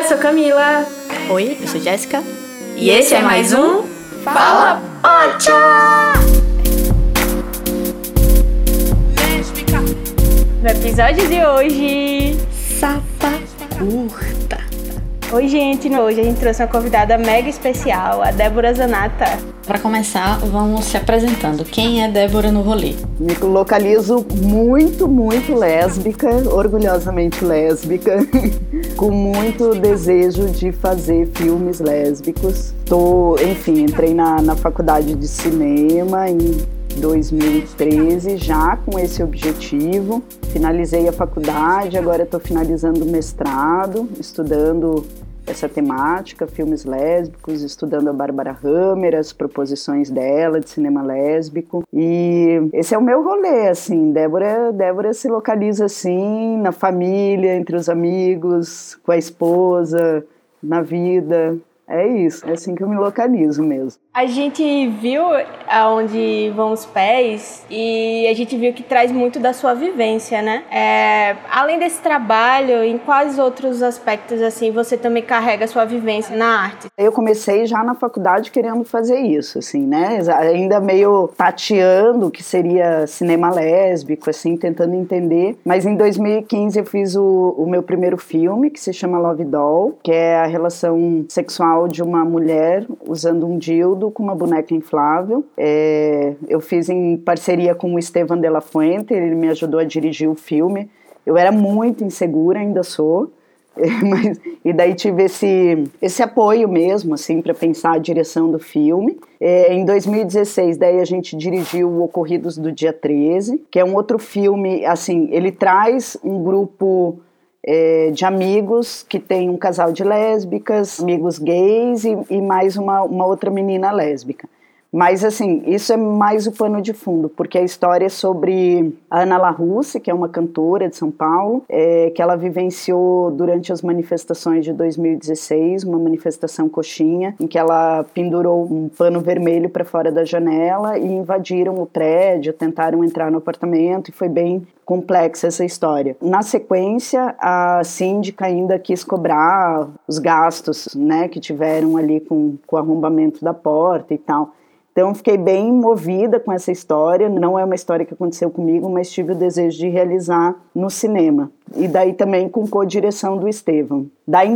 sou Camila. Oi, eu sou Jéssica. E esse é mais um Fala Pocha! No episódio de hoje, Sapa curta. Oi, gente, hoje a gente trouxe uma convidada mega especial, a Débora Zanata. Para começar, vamos se apresentando. Quem é Débora no rolê? Me localizo muito lésbica, orgulhosamente lésbica, com muito desejo de fazer filmes lésbicos. Entrei na faculdade de cinema em 2013 já com esse objetivo. Finalizei a faculdade, agora estou finalizando o mestrado, estudando essa temática, filmes lésbicos, estudando a Bárbara Hammer, as proposições dela de cinema lésbico. E esse é o meu rolê, assim. Débora se localiza assim, na família, entre os amigos, com a esposa, na vida. É isso, é assim que eu me localizo mesmo. A gente viu aonde vão os pés e a gente viu que traz muito da sua vivência, né? Além desse trabalho, em quais outros aspectos assim você também carrega a sua vivência na arte? Eu comecei já na faculdade querendo fazer isso, assim, né? Ainda meio tateando o que seria cinema lésbico, assim, tentando entender. Mas em 2015 eu fiz o meu primeiro filme, que se chama Love Doll, que é a relação sexual de uma mulher usando um dildo com uma boneca inflável. Eu fiz em parceria com o Esteban de la Fuente, ele me ajudou a dirigir o filme. Eu era muito insegura, ainda sou, e daí tive esse apoio mesmo, assim, para pensar a direção do filme. Em 2016, daí a gente dirigiu o Ocorridos do Dia 13, que é um outro filme, assim, ele traz um grupo de amigos que tem um casal de lésbicas, amigos gays e mais uma outra menina lésbica. Mas, assim, isso é mais o pano de fundo, porque a história é sobre a Ana La Russe, que é uma cantora de São Paulo, que ela vivenciou durante as manifestações de 2016, uma manifestação coxinha, em que ela pendurou um pano vermelho para fora da janela e invadiram o prédio, tentaram entrar no apartamento, e foi bem complexa essa história. Na sequência, a síndica ainda quis cobrar os gastos, né, que tiveram ali com o arrombamento da porta e tal. Então, fiquei bem movida com essa história. Não é uma história que aconteceu comigo, mas tive o desejo de realizar no cinema. E daí também com co-direção do Esteban. Daí, em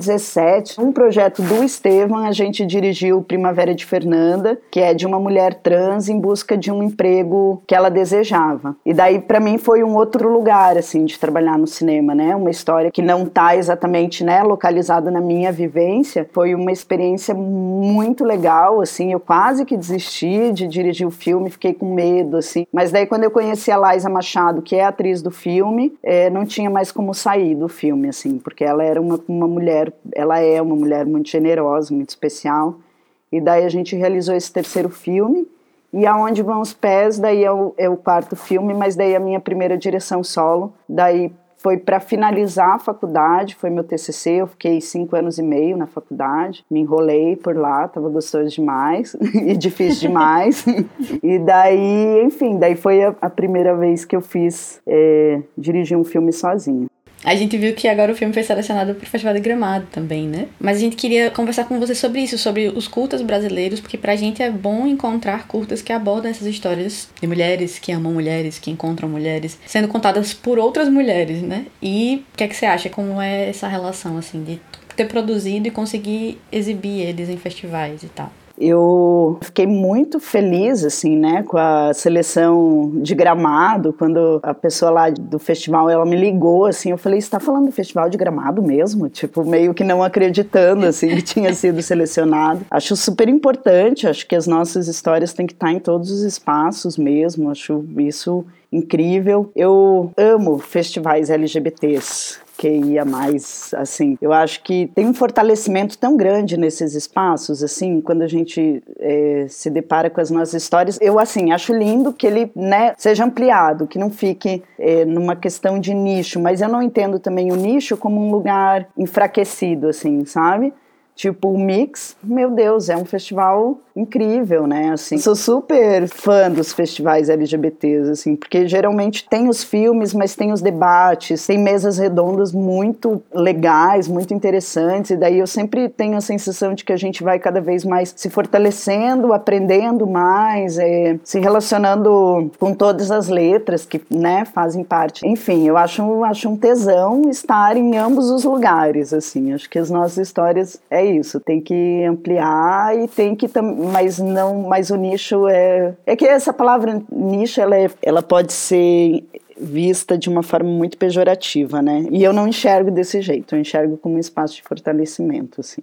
2017, um projeto do Esteban, a gente dirigiu Primavera de Fernanda, que é de uma mulher trans em busca de um emprego que ela desejava. E daí, para mim, foi um outro lugar, assim, de trabalhar no cinema, né? Uma história que não está exatamente, né, localizada na minha vivência. Foi uma experiência muito legal, assim. Eu quase que desisti de dirigir o filme, fiquei com medo, assim. Mas daí, quando eu conheci a Laísa Machado, que é a atriz do filme, não tinha mais como sair do filme, assim, porque ela era uma mulher, ela é uma mulher muito generosa, muito especial. E daí a gente realizou esse terceiro filme, e Aonde Vão os Pés, daí é o quarto filme, mas daí a minha primeira direção solo, daí foi para finalizar a faculdade, foi meu TCC, eu fiquei 5 anos e meio na faculdade, me enrolei por lá, estava gostoso demais e difícil demais. E daí, enfim, daí foi a primeira vez que eu dirigi um filme sozinha. A gente viu que agora o filme foi selecionado para o Festival de Gramado também, né? Mas a gente queria conversar com você sobre isso, sobre os curtas brasileiros, porque pra gente é bom encontrar curtas que abordam essas histórias de mulheres que amam mulheres, que encontram mulheres, sendo contadas por outras mulheres, né? E o que é que você acha? Como é essa relação, assim, de ter produzido e conseguir exibir eles em festivais e tal? Eu fiquei muito feliz, assim, né, com a seleção de Gramado, quando a pessoa lá do festival, ela me ligou, assim, eu falei, você tá falando do Festival de Gramado mesmo? Tipo, meio que não acreditando, assim, que tinha sido selecionado. Acho super importante, acho que as nossas histórias têm que estar em todos os espaços mesmo, acho isso incrível. Eu amo festivais LGBTs, que ia mais, assim, eu acho que tem um fortalecimento tão grande nesses espaços, assim, quando a gente se depara com as nossas histórias, eu, assim, acho lindo que ele, né, seja ampliado, que não fique numa questão de nicho, mas eu não entendo também o nicho como um lugar enfraquecido, assim, sabe? Tipo, o Mix, meu Deus, é um festival incrível, né, assim. Sou super fã dos festivais LGBTs, assim, porque geralmente tem os filmes, mas tem os debates, tem mesas redondas muito legais, muito interessantes, e daí eu sempre tenho a sensação de que a gente vai cada vez mais se fortalecendo, aprendendo mais, se relacionando com todas as letras que, né, fazem parte. Enfim, eu acho um tesão estar em ambos os lugares, assim. Acho que as nossas histórias isso, tem que ampliar e tem que mas o nicho é que essa palavra nicho ela pode ser vista de uma forma muito pejorativa, né? E eu não enxergo desse jeito, eu enxergo como um espaço de fortalecimento, assim.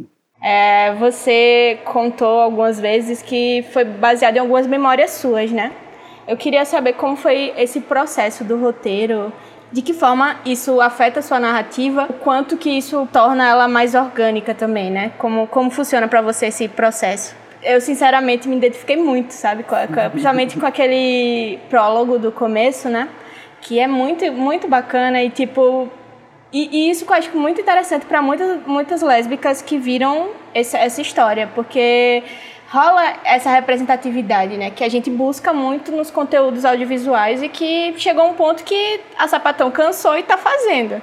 Você contou algumas vezes que foi baseado em algumas memórias suas, né? Eu queria saber como foi esse processo do roteiro. De que forma isso afeta a sua narrativa, o quanto que isso torna ela mais orgânica também, né? Como funciona para você esse processo? Eu, sinceramente, me identifiquei muito, sabe? Principalmente com aquele prólogo do começo, né? Que é muito, muito bacana e, tipo... E isso que eu acho muito interessante para muitas lésbicas que viram essa história, porque... rola essa representatividade, né, que a gente busca muito nos conteúdos audiovisuais e que chegou um ponto que a Sapatão cansou e tá fazendo,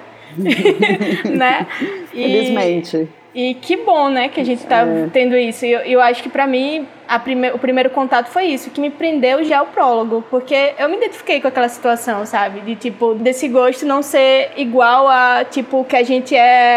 né? Felizmente. E que bom, né, que a gente tá tendo isso. E eu acho que pra mim o primeiro contato foi isso, que me prendeu já o prólogo, porque eu me identifiquei com aquela situação, sabe? De tipo, desse gosto não ser igual a, tipo, o que a gente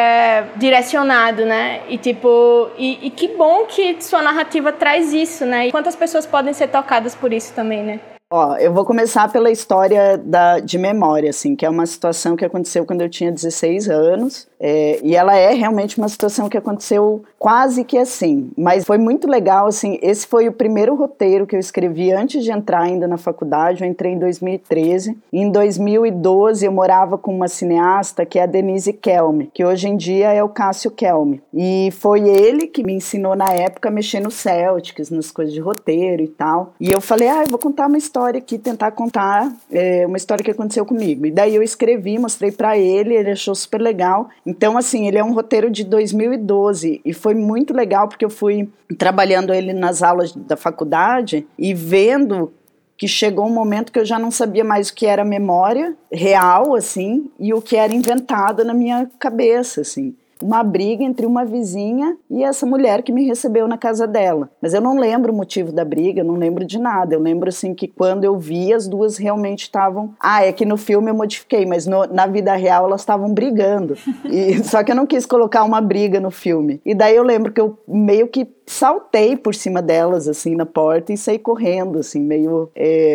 é direcionado, né? E tipo, e que bom que sua narrativa traz isso, né? E quantas pessoas podem ser tocadas por isso também, né? Eu vou começar pela história de memória, assim, que é uma situação que aconteceu quando eu tinha 16 anos, e ela é realmente uma situação que aconteceu quase que assim, mas foi muito legal, assim, esse foi o primeiro roteiro que eu escrevi antes de entrar ainda na faculdade. Eu entrei em 2013, e em 2012 eu morava com uma cineasta que é a Denise Kelme, que hoje em dia é o Cássio Kelme, e foi ele que me ensinou na época a mexer no Celtics, nas coisas de roteiro e tal, e eu falei, eu vou contar uma história aqui, tentar contar uma história que aconteceu comigo. E daí eu escrevi, mostrei pra ele achou super legal. Então, assim, ele é um roteiro de 2012 e foi muito legal porque eu fui trabalhando ele nas aulas da faculdade e vendo que chegou um momento que eu já não sabia mais o que era memória real, assim, e o que era inventado na minha cabeça, assim. Uma briga entre uma vizinha e essa mulher que me recebeu na casa dela. Mas eu não lembro o motivo da briga, eu não lembro de nada. Eu lembro, assim, que quando eu vi, as duas realmente estavam... é que no filme eu modifiquei, mas na vida real elas estavam brigando. Só que eu não quis colocar uma briga no filme. E daí eu lembro que eu meio que saltei por cima delas, assim, na porta e saí correndo, assim, meio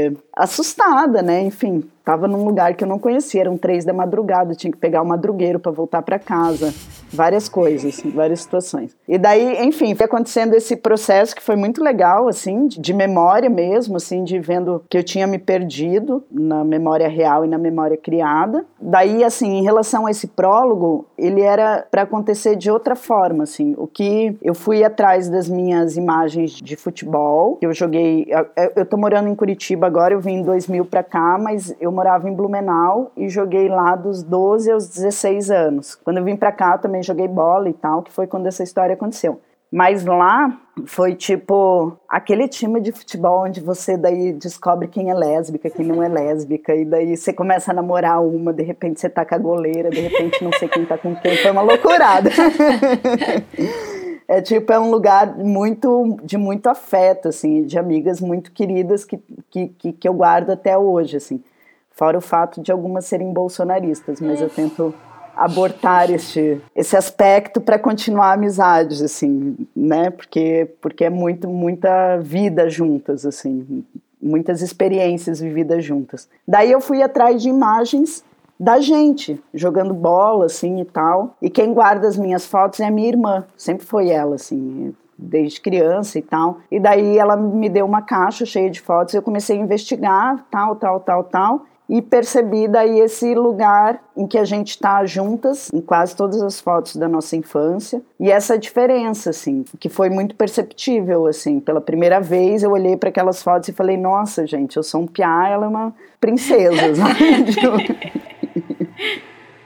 assustada, né? Enfim, tava num lugar que eu não conhecia, eram 3 da madrugada, tinha que pegar o madrugueiro para voltar para casa, várias coisas, várias situações. E daí, enfim, foi acontecendo esse processo que foi muito legal, assim, de memória mesmo, assim, de vendo que eu tinha me perdido na memória real e na memória criada. Daí, assim, em relação a esse prólogo, ele era para acontecer de outra forma, assim, o que eu fui atrás das minhas imagens de futebol, que eu joguei, eu tô morando em Curitiba agora, eu vim em 2000 para cá, mas eu morava em Blumenau e joguei lá dos 12 aos 16 anos. Quando eu vim pra cá, eu também joguei bola e tal, que foi quando essa história aconteceu. Mas lá foi tipo aquele time de futebol onde você daí descobre quem é lésbica, quem não é lésbica, e daí você começa a namorar uma, de repente você tá com a goleira, de repente não sei quem tá com quem, foi uma loucurada. É um lugar de muito afeto, assim, de amigas muito queridas que eu guardo até hoje, assim. Fora o fato de algumas serem bolsonaristas, mas eu tento abortar esse aspecto para continuar amizades, assim, né? Porque é muita vida juntas, assim, muitas experiências vividas juntas. Daí eu fui atrás de imagens da gente, jogando bola, assim, e tal. E quem guarda as minhas fotos é a minha irmã, sempre foi ela, assim, desde criança e tal. E daí ela me deu uma caixa cheia de fotos, eu comecei a investigar, tal, e percebi daí esse lugar em que a gente está juntas, em quase todas as fotos da nossa infância, e essa diferença, assim, que foi muito perceptível, assim, pela primeira vez eu olhei para aquelas fotos e falei, nossa, gente, eu sou um piá, ela é uma princesa, sabe?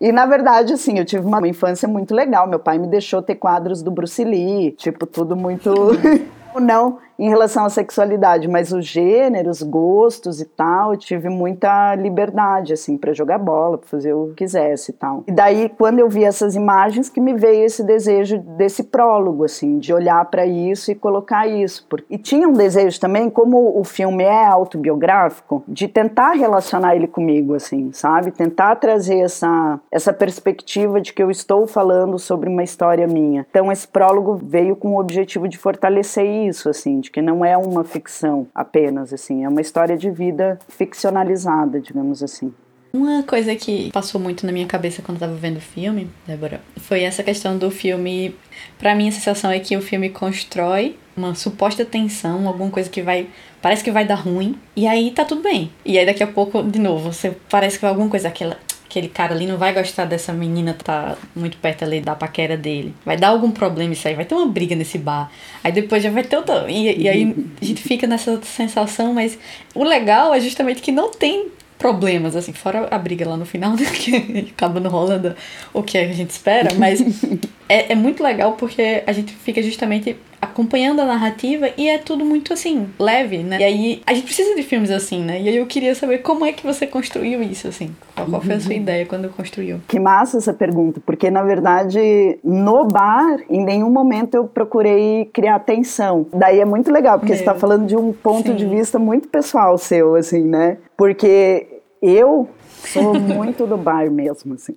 E, na verdade, assim, eu tive uma infância muito legal. Meu pai me deixou ter quadros do Bruce Lee, tipo, tudo muito... Não em relação à sexualidade, mas os gêneros, gostos e tal, eu tive muita liberdade, assim, para jogar bola, para fazer o que quisesse e tal. E daí, quando eu vi essas imagens, que me veio esse desejo desse prólogo, assim, de olhar para isso e colocar isso. E tinha um desejo também, como o filme é autobiográfico, de tentar relacionar ele comigo, assim, sabe? Tentar trazer essa perspectiva de que eu estou falando sobre uma história minha. Então, esse prólogo veio com o objetivo de fortalecer isso, assim, de que não é uma ficção apenas, assim, é uma história de vida ficcionalizada, digamos assim. Uma coisa que passou muito na minha cabeça quando eu tava vendo o filme, Débora, foi essa questão do filme. Pra mim, a sensação é que o filme constrói uma suposta tensão, alguma coisa que parece que vai dar ruim, e aí tá tudo bem. E aí daqui a pouco, de novo, parece que vai alguma coisa, aquele cara ali não vai gostar dessa menina que tá muito perto ali da paquera dele. Vai dar algum problema isso aí, vai ter uma briga nesse bar. Aí depois já vai ter outra... E aí a gente fica nessa sensação, mas o legal é justamente que não tem problemas, assim, fora a briga lá no final, né, que acaba não rolando o que a gente espera, mas é muito legal porque a gente fica justamente acompanhando a narrativa e é tudo muito, assim, leve, né? E aí a gente precisa de filmes assim, né? E aí eu queria saber como é que você construiu isso, assim. Qual foi a sua ideia quando construiu? Que massa essa pergunta, porque na verdade no bar em nenhum momento eu procurei criar tensão. Daí é muito legal, porque você tá falando de um ponto de vista muito pessoal seu, assim, né? Porque eu sou muito do bar mesmo, assim.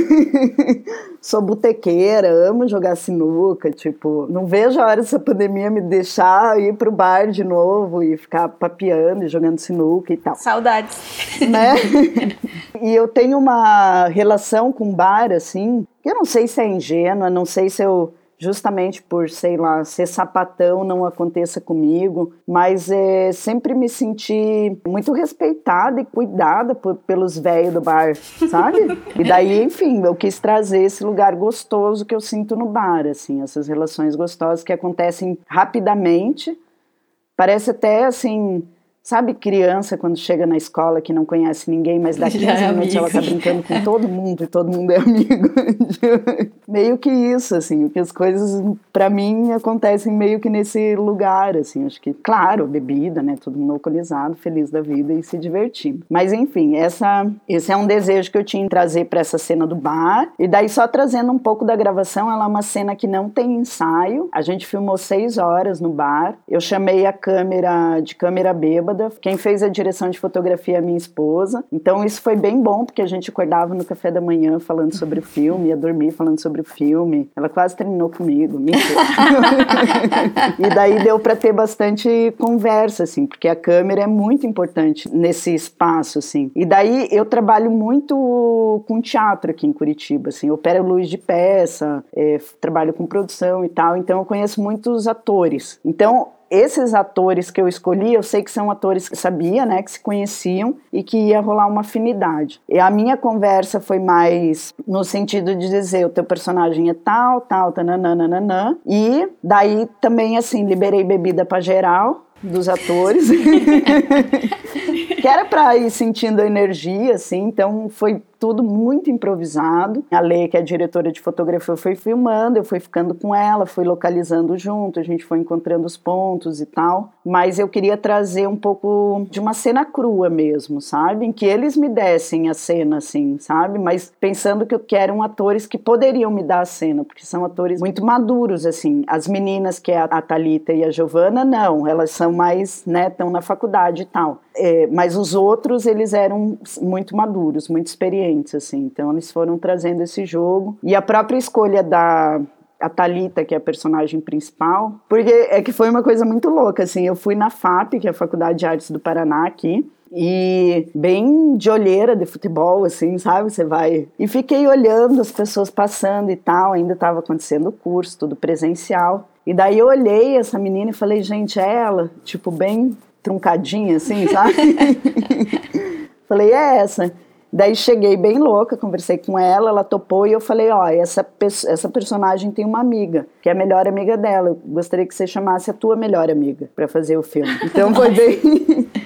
Sou botequeira, amo jogar sinuca, tipo, não vejo a hora dessa pandemia me deixar ir pro bar de novo e ficar papeando e jogando sinuca e tal. Saudades. Né? E eu tenho uma relação com bar, assim, que eu não sei se é ingênua, não sei se eu... justamente por, sei lá, ser sapatão não aconteça comigo, mas sempre me senti muito respeitada e cuidada pelos velhos do bar, sabe? E daí, enfim, eu quis trazer esse lugar gostoso que eu sinto no bar, assim, essas relações gostosas que acontecem rapidamente, parece até, assim... Sabe criança quando chega na escola que não conhece ninguém, mas daqui 15 minutos ela tá brincando com todo mundo e todo mundo é amigo? Meio que isso, assim, que as coisas pra mim acontecem meio que nesse lugar, assim, acho que, claro, bebida, né, todo mundo alcoolizado, feliz da vida e se divertindo. Mas enfim, esse é um desejo que eu tinha em trazer pra essa cena do bar, e daí só trazendo um pouco da gravação, ela é uma cena que não tem ensaio, a gente filmou 6 horas no bar, eu chamei a câmera de câmera bêbada. Quem fez a direção de fotografia é a minha esposa. Então isso foi bem bom, porque a gente acordava no café da manhã falando sobre o filme, ia dormir falando sobre o filme. Ela quase terminou comigo, mentira. E daí deu para ter bastante conversa, assim, porque a câmera é muito importante nesse espaço, assim. E daí eu trabalho muito com teatro aqui em Curitiba, assim, eu opero luz de peça, trabalho com produção e tal, então eu conheço muitos atores. Então, esses atores que eu escolhi, eu sei que são atores que sabia, né, que se conheciam e que ia rolar uma afinidade. E a minha conversa foi mais no sentido de dizer, o teu personagem é tal, tananana, e daí também, assim, liberei bebida pra geral dos atores, que era pra ir sentindo a energia, assim, então foi tudo muito improvisado. A Lê, que é a diretora de fotografia, foi filmando, eu fui ficando com ela, fui localizando junto, a gente foi encontrando os pontos e tal, mas eu queria trazer um pouco de uma cena crua mesmo, sabe? Em que eles me dessem a cena, assim, sabe? Mas pensando que eram atores que poderiam me dar a cena, porque são atores muito maduros, assim. As meninas, que é a Thalita e a Giovana, não, elas são mais, né, estão na faculdade e tal. Mas os outros, eles eram muito maduros, muito experientes, assim. Então, eles foram trazendo esse jogo. E a própria escolha a Thalita, que é a personagem principal, porque é que foi uma coisa muito louca, assim. Eu fui na FAP, que é a Faculdade de Artes do Paraná, aqui, e bem de olheira de futebol, assim, sabe? Você vai... E fiquei olhando as pessoas passando e tal, ainda estava acontecendo o curso, tudo presencial. E daí eu olhei essa menina e falei, gente, é ela? Tipo, bem truncadinha, assim, sabe? Falei, é essa. Daí cheguei bem louca, conversei com ela, ela topou e eu falei, ó, essa personagem tem uma amiga, que é a melhor amiga dela. Eu gostaria que você chamasse a tua melhor amiga para fazer o filme. Então foi bem...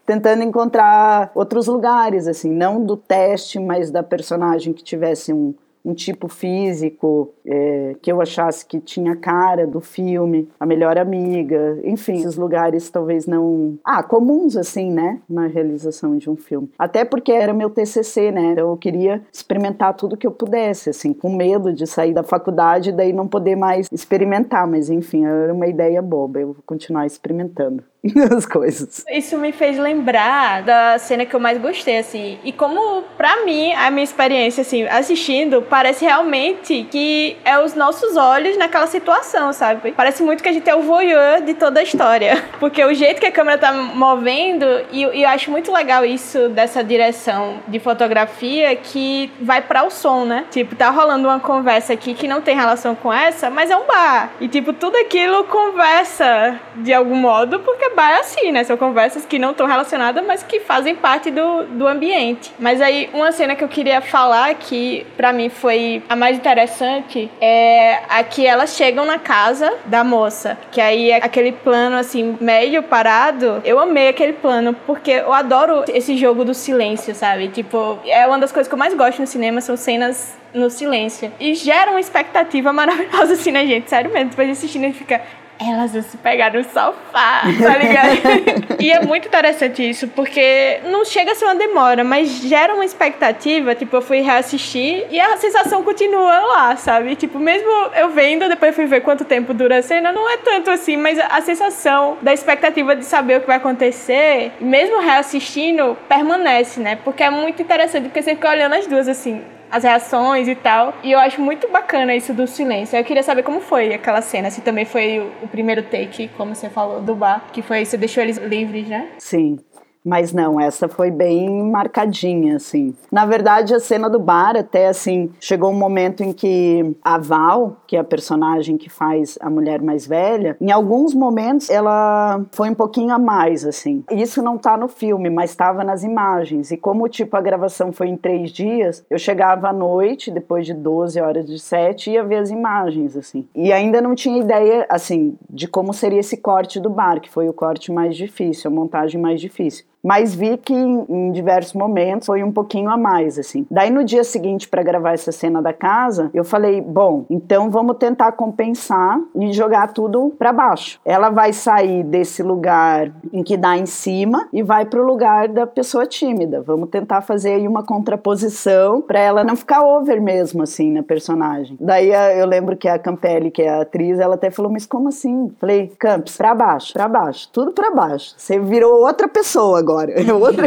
tentando encontrar outros lugares, assim, não do teste, mas da personagem que tivesse um tipo físico, que eu achasse que tinha cara do filme, a melhor amiga, enfim, esses lugares talvez não... comuns, assim, né, na realização de um filme. Até porque era meu TCC, né, então eu queria experimentar tudo que eu pudesse, assim, com medo de sair da faculdade e daí não poder mais experimentar, mas enfim, era uma ideia boba, eu vou continuar experimentando as coisas. Isso me fez lembrar da cena que eu mais gostei, assim, e como, pra mim, a minha experiência, assim, assistindo, parece realmente que é os nossos olhos naquela situação, sabe? Parece muito que a gente é o voyeur de toda a história, porque o jeito que a câmera tá movendo, e eu acho muito legal isso dessa direção de fotografia que vai pra o som, né? Tipo, tá rolando uma conversa aqui que não tem relação com essa, mas é um bar, e tipo, tudo aquilo conversa de algum modo, porque bar é assim, né? São conversas que não estão relacionadas, mas que fazem parte do ambiente. Mas aí, uma cena que eu queria falar que, pra mim, foi a mais interessante, é a que elas chegam na casa da moça, que aí é aquele plano, assim, meio parado. Eu amei aquele plano, porque eu adoro esse jogo do silêncio, sabe? Tipo, é uma das coisas que eu mais gosto no cinema, são cenas no silêncio. E gera uma expectativa maravilhosa, assim, né, gente? Sério mesmo, depois de assistir, a gente fica... Elas vão se pegar no sofá, tá ligado? E é muito interessante isso, porque não chega a ser uma demora, mas gera uma expectativa. Tipo, eu fui reassistir e a sensação continua lá, sabe? Tipo, mesmo eu vendo, depois fui ver quanto tempo dura a cena, não é tanto assim, mas a sensação da expectativa de saber o que vai acontecer, mesmo reassistindo, permanece, né? Porque é muito interessante, porque você fica olhando as duas, assim, as reações e tal. E eu acho muito bacana isso do silêncio. Eu queria saber como foi aquela cena. Se também foi o primeiro take, como você falou, do bar. Que foi, você deixou eles livres, né? Sim. Mas não, essa foi bem marcadinha, assim. Na verdade, a cena do bar até, assim, chegou um momento em que a Val, que é a personagem que faz a mulher mais velha, em alguns momentos ela foi um pouquinho a mais, assim. Isso não tá no filme, mas estava nas imagens. E como, tipo, a gravação foi em 3 dias, eu chegava à noite, depois de 12 horas de set, e ia ver as imagens, assim. E ainda não tinha ideia, assim, de como seria esse corte do bar, que foi o corte mais difícil, a montagem mais difícil. Mas vi que em diversos momentos foi um pouquinho a mais, assim. Daí no dia seguinte, para gravar essa cena da casa, eu falei, bom, então vamos tentar compensar e jogar tudo para baixo. Ela vai sair desse lugar em que dá em cima e vai pro lugar da pessoa tímida. Vamos tentar fazer aí uma contraposição para ela não ficar over mesmo, assim, na personagem. Daí eu lembro que a Campelli, que é a atriz, ela até falou, mas como assim? Falei, Campos, para baixo, tudo para baixo. Você virou outra pessoa agora. Outra...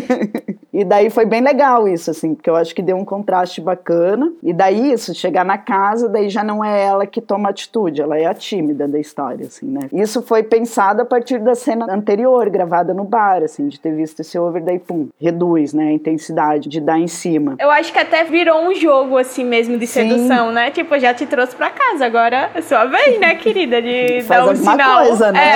E daí foi bem legal isso, assim, porque eu acho que deu um contraste bacana. E daí isso, chegar na casa, daí já não é ela que toma atitude, ela é a tímida da história, assim, né? Isso foi pensado a partir da cena anterior, gravada no bar, assim, de ter visto esse over, daí pum, reduz, né, a intensidade de dar em cima. Eu acho que até virou um jogo, assim mesmo, de sedução, sim, né? Tipo, já te trouxe pra casa, agora é sua vez, né, querida, de faz dar um sinal. Coisa, né?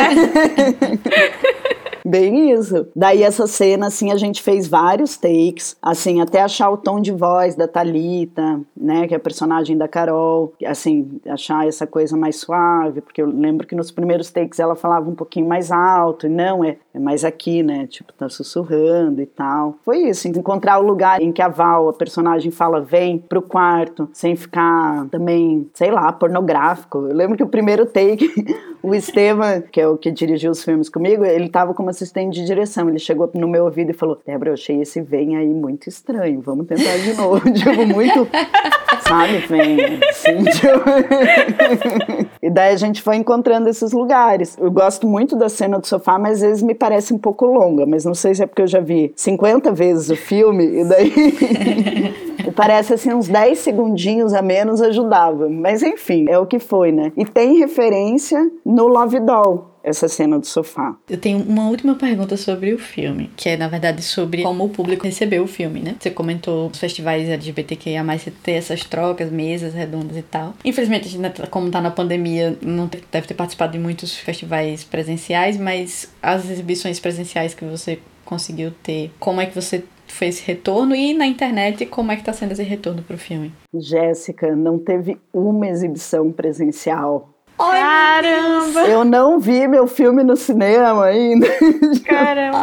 Bem isso. Daí essa cena, assim, a gente fez vários takes, assim, até achar o tom de voz da Thalita, né, que é a personagem da Carol, assim, achar essa coisa mais suave, porque eu lembro que nos primeiros takes ela falava um pouquinho mais alto, e não, é mais aqui, né, tipo, tá sussurrando e tal. Foi isso, encontrar o lugar em que a Val, a personagem, fala, vem pro quarto, sem ficar também, sei lá, pornográfico. Eu lembro que o primeiro take, o Estevam, que é o que dirigiu os filmes comigo, ele tava como assistente de direção, ele chegou no meu ouvido e falou, Débora, eu achei esse vem aí muito estranho, vamos tentar de novo, tipo, muito, sabe, vem, assim, tipo... E daí a gente foi encontrando esses lugares. Eu gosto muito da cena do sofá, mas às vezes me parece um pouco longa, mas não sei se é porque eu já vi 50 vezes o filme, e daí... me parece assim, uns 10 segundinhos a menos ajudava, mas enfim, é o que foi, né? E tem referência no Love Doll, essa cena do sofá. Eu tenho uma última pergunta sobre o filme, que é, na verdade, sobre como o público recebeu o filme, né? Você comentou os festivais LGBTQIA+, você ter essas trocas, mesas redondas e tal. Infelizmente, a gente, como tá na pandemia, não deve ter participado de muitos festivais presenciais, mas as exibições presenciais que você conseguiu ter, como é que você foi esse retorno, e na internet, como é que tá sendo esse retorno pro filme? Jéssica, não teve uma exibição presencial. Caramba! Eu não vi meu filme no cinema ainda. Caramba!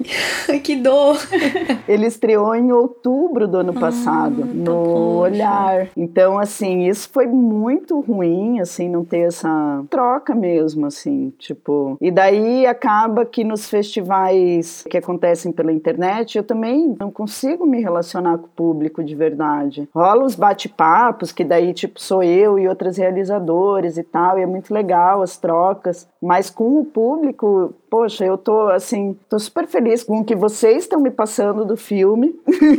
Ai, que dor! Ele estreou em outubro do ano passado, no Olhar. Então, assim, isso foi muito ruim, assim, não ter essa troca mesmo, assim, tipo... E daí acaba que nos festivais que acontecem pela internet, eu também não consigo me relacionar com o público de verdade. Rola os bate-papos, que daí, tipo, sou eu e outras realizadoras e tal, e é muito legal as trocas, mas com o público, poxa, eu tô super feliz com o que vocês estão me passando do filme,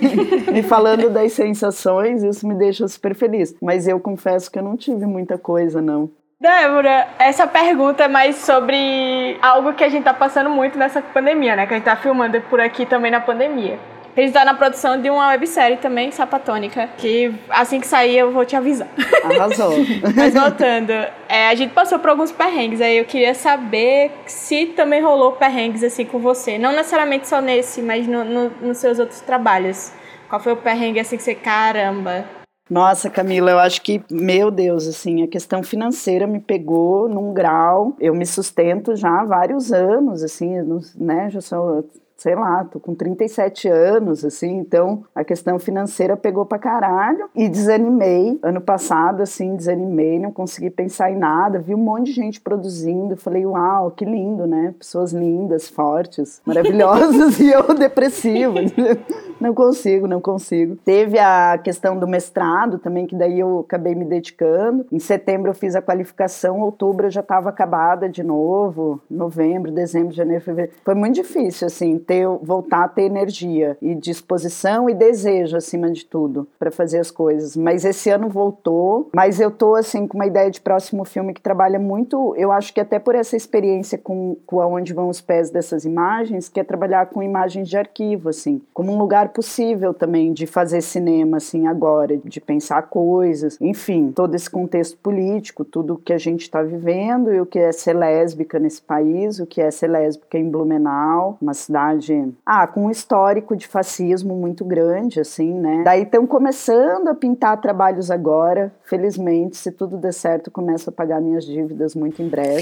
me falando das sensações, isso me deixa super feliz, mas eu confesso que eu não tive muita coisa, não. Débora, essa pergunta é mais sobre algo que a gente tá passando muito nessa pandemia, né, que a gente tá filmando por aqui também na pandemia. A gente tá na produção de uma websérie também, Sapatônica, que assim que sair eu vou te avisar. Arrasou. Mas voltando, a gente passou por alguns perrengues, aí eu queria saber se também rolou perrengues assim com você. Não necessariamente só nesse, mas nos seus outros trabalhos. Qual foi o perrengue assim que você, caramba... Nossa, Camila, eu acho que, meu Deus, assim, a questão financeira me pegou num grau, eu me sustento já há vários anos, assim, né, já sou... sei lá, tô com 37 anos, assim, então a questão financeira pegou pra caralho e desanimei. Ano passado, assim, desanimei, não consegui pensar em nada, vi um monte de gente produzindo, falei, uau, que lindo, né? Pessoas lindas, fortes, maravilhosas e eu depressiva. Não consigo. Teve a questão do mestrado também, que daí eu acabei me dedicando. Em setembro eu fiz a qualificação, outubro eu já estava acabada de novo, novembro, dezembro, janeiro, fevereiro. Foi muito difícil, assim, voltar a ter energia e disposição e desejo, acima de tudo, para fazer as coisas. Mas esse ano voltou, mas eu tô, assim, com uma ideia de próximo filme que trabalha muito, eu acho que até por essa experiência com aonde vão os pés dessas imagens, que é trabalhar com imagens de arquivo, assim, como um lugar possível também de fazer cinema, assim, agora, de pensar coisas, enfim, todo esse contexto político, tudo que a gente está vivendo e o que é ser lésbica nesse país, o que é ser lésbica em Blumenau, uma cidade com um histórico de fascismo muito grande, assim, né? Daí estão começando a pintar trabalhos agora, felizmente, se tudo der certo, começo a pagar minhas dívidas muito em breve.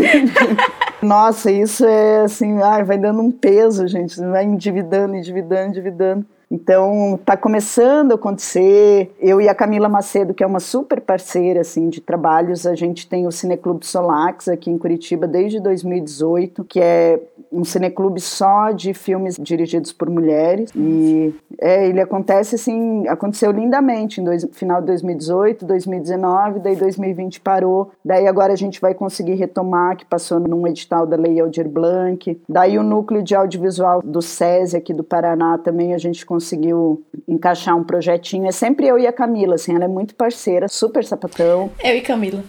Nossa, isso é assim, vai dando um peso, gente, vai endividando. Então, tá começando a acontecer. Eu e a Camila Macedo, que é uma super parceira, assim, de trabalhos, a gente tem o Cineclube Solax aqui em Curitiba desde 2018, que é um cineclube só de filmes dirigidos por mulheres. E ele acontece, assim, aconteceu lindamente final de 2018, 2019, daí 2020 parou. Daí agora a gente vai conseguir retomar, que passou num edital da Lei Aldir Blanc. Daí o Núcleo de Audiovisual do SESI aqui do Paraná também a gente conseguiu encaixar um projetinho. É sempre eu e a Camila, assim, ela é muito parceira, super sapatão. Eu e Camila.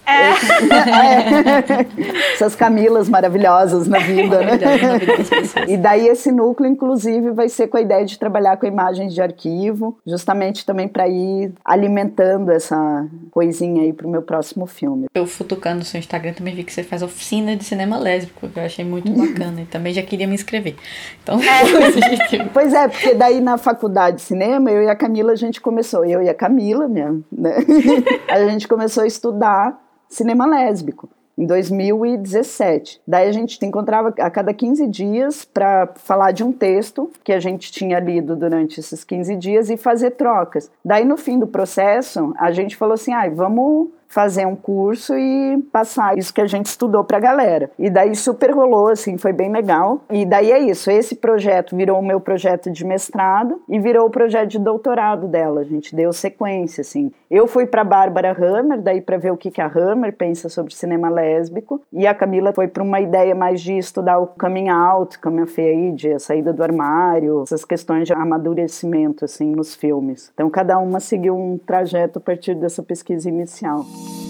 Essas Camilas maravilhosas na vida, né? E daí esse núcleo, inclusive, vai ser com a ideia de trabalhar com imagens de arquivo, justamente também para ir alimentando essa coisinha aí pro meu próximo filme. Eu futucando no seu Instagram também vi que você faz oficina de cinema lésbico, que eu achei muito bacana e também já queria me inscrever. Então, Pois é, porque daí na faculdade de cinema, eu e a Camila, a gente começou, eu e a Camila mesmo, né? A gente começou a estudar cinema lésbico. Em 2017. Daí a gente se encontrava a cada 15 dias para falar de um texto que a gente tinha lido durante esses 15 dias e fazer trocas. Daí no fim do processo, a gente falou assim, vamos fazer um curso e passar isso que a gente estudou pra galera. E daí super rolou, assim, foi bem legal. E daí é isso, esse projeto virou o meu projeto de mestrado e virou o projeto de doutorado dela. A gente deu sequência, assim. Eu fui pra Bárbara Hammer, daí pra ver o que a Hammer pensa sobre cinema lésbico, e a Camila foi pra uma ideia mais de estudar o coming out, coming of age, a saída do armário, essas questões de amadurecimento, assim, nos filmes. Então cada uma seguiu um trajeto a partir dessa pesquisa inicial.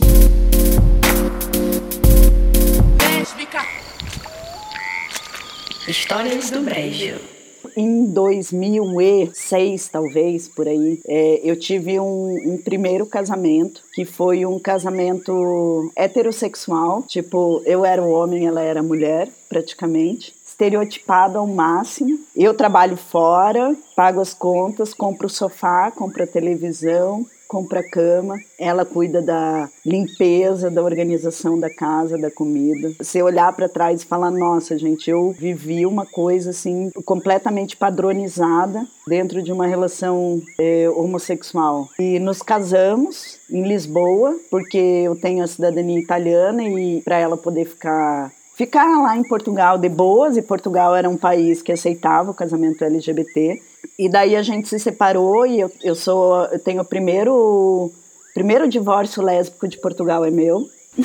Histórias do Brejo. Em 2006, talvez, por aí, eu tive um primeiro casamento, que foi um casamento heterossexual, tipo, eu era o homem, ela era a mulher, praticamente. estereotipado ao máximo. Eu trabalho fora, pago as contas, compro o sofá, compro a televisão, compra a cama, ela cuida da limpeza, da organização da casa, da comida. Você olhar para trás e falar, nossa, gente, eu vivi uma coisa assim completamente padronizada dentro de uma relação homossexual. E nos casamos em Lisboa, porque eu tenho a cidadania italiana e para ela poder ficar lá em Portugal de boas, e Portugal era um país que aceitava o casamento LGBT. E daí a gente se separou e eu tenho o primeiro divórcio lésbico de Portugal é meu.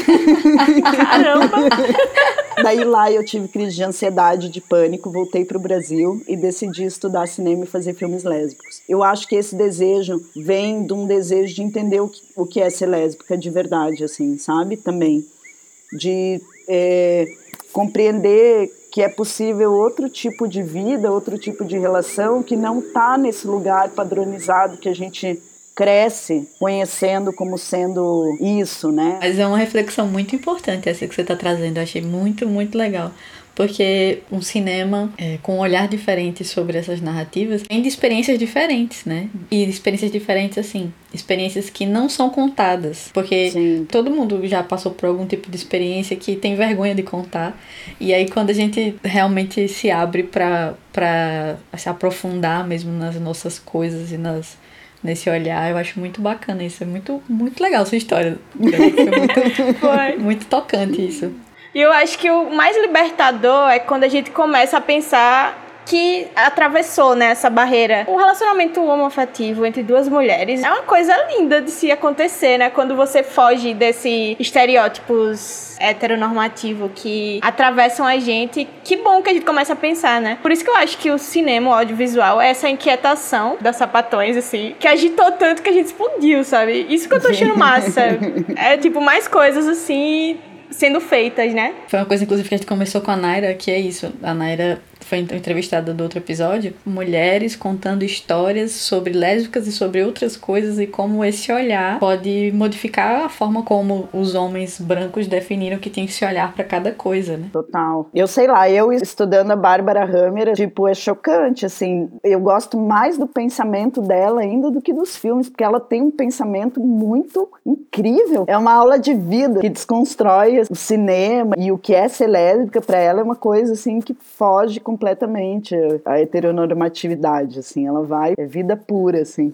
Caramba! Daí lá eu tive crise de ansiedade, de pânico, voltei para o Brasil e decidi estudar cinema e fazer filmes lésbicos. Eu acho que esse desejo vem de um desejo de entender o que é ser lésbica de verdade, assim, sabe? Também. De compreender que é possível outro tipo de vida, outro tipo de relação que não está nesse lugar padronizado que a gente cresce conhecendo como sendo isso, né? Mas é uma reflexão muito importante essa que você está trazendo, eu achei muito, muito legal. Porque um cinema com um olhar diferente sobre essas narrativas tem de experiências diferentes, né? E experiências diferentes, assim, experiências que não são contadas. Porque Sim. Todo mundo já passou por algum tipo de experiência que tem vergonha de contar. E aí quando a gente realmente se abre para se aprofundar mesmo nas nossas coisas e nesse olhar, eu acho muito bacana isso. É muito, muito legal essa história. Foi muito tocante isso. E eu acho que o mais libertador é quando a gente começa a pensar que atravessou, né, essa barreira. Um relacionamento homoafetivo entre duas mulheres é uma coisa linda de se acontecer, né? Quando você foge desses estereótipos heteronormativos que atravessam a gente. Que bom que a gente começa a pensar, né? Por isso que eu acho que o cinema, o audiovisual, é essa inquietação das sapatões, assim, que agitou tanto que a gente explodiu, sabe? Isso que eu tô achando massa. É, tipo, mais coisas, assim, sendo feitas, né? Foi uma coisa, inclusive, que a gente começou com a Naira, que é isso. A Naira foi entrevistada do outro episódio. Mulheres contando histórias sobre lésbicas e sobre outras coisas e como esse olhar pode modificar a forma como os homens brancos definiram que tinha que se olhar para cada coisa, né? Total. Eu sei lá, eu estudando a Bárbara Hammer, tipo, é chocante, assim. Eu gosto mais do pensamento dela ainda do que dos filmes, porque ela tem um pensamento muito incrível. É uma aula de vida que desconstrói o cinema e o que é ser lésbica pra ela é uma coisa, assim, que foge completamente a heteronormatividade, assim. Ela vai, é vida pura, assim.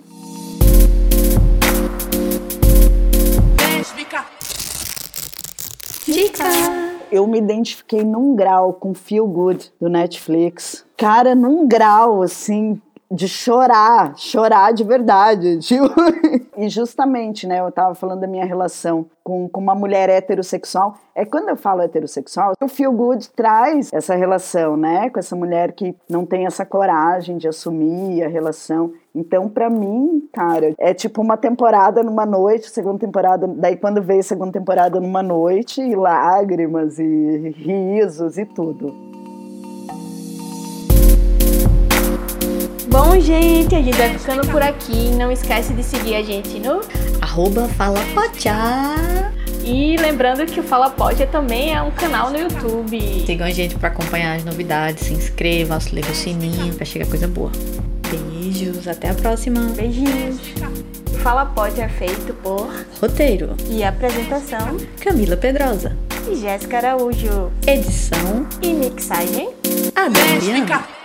Dica! Eu me identifiquei num grau com Feel Good, do Netflix. Cara, num grau, assim, de chorar de verdade. Tipo. E justamente, né, eu tava falando da minha relação com uma mulher heterossexual. Quando eu falo heterossexual, o Feel Good traz essa relação, né, com essa mulher que não tem essa coragem de assumir a relação. Então, pra mim, cara, é tipo uma temporada numa noite, segunda temporada, daí quando veio a segunda temporada numa noite, e lágrimas, e risos, e tudo. Bom, gente, a gente vai ficando por aqui. Não esquece de seguir a gente no @FalaPocha. E lembrando que o Fala Pocha também é um canal no YouTube. Sigam a gente para acompanhar as novidades, se inscrevam, liga o sininho para chegar coisa boa. Beijos, até a próxima. Beijinhos. O Fala Pocha é feito por roteiro e apresentação Camila Pedrosa e Jéssica Araújo. Edição E mixagem Adriana.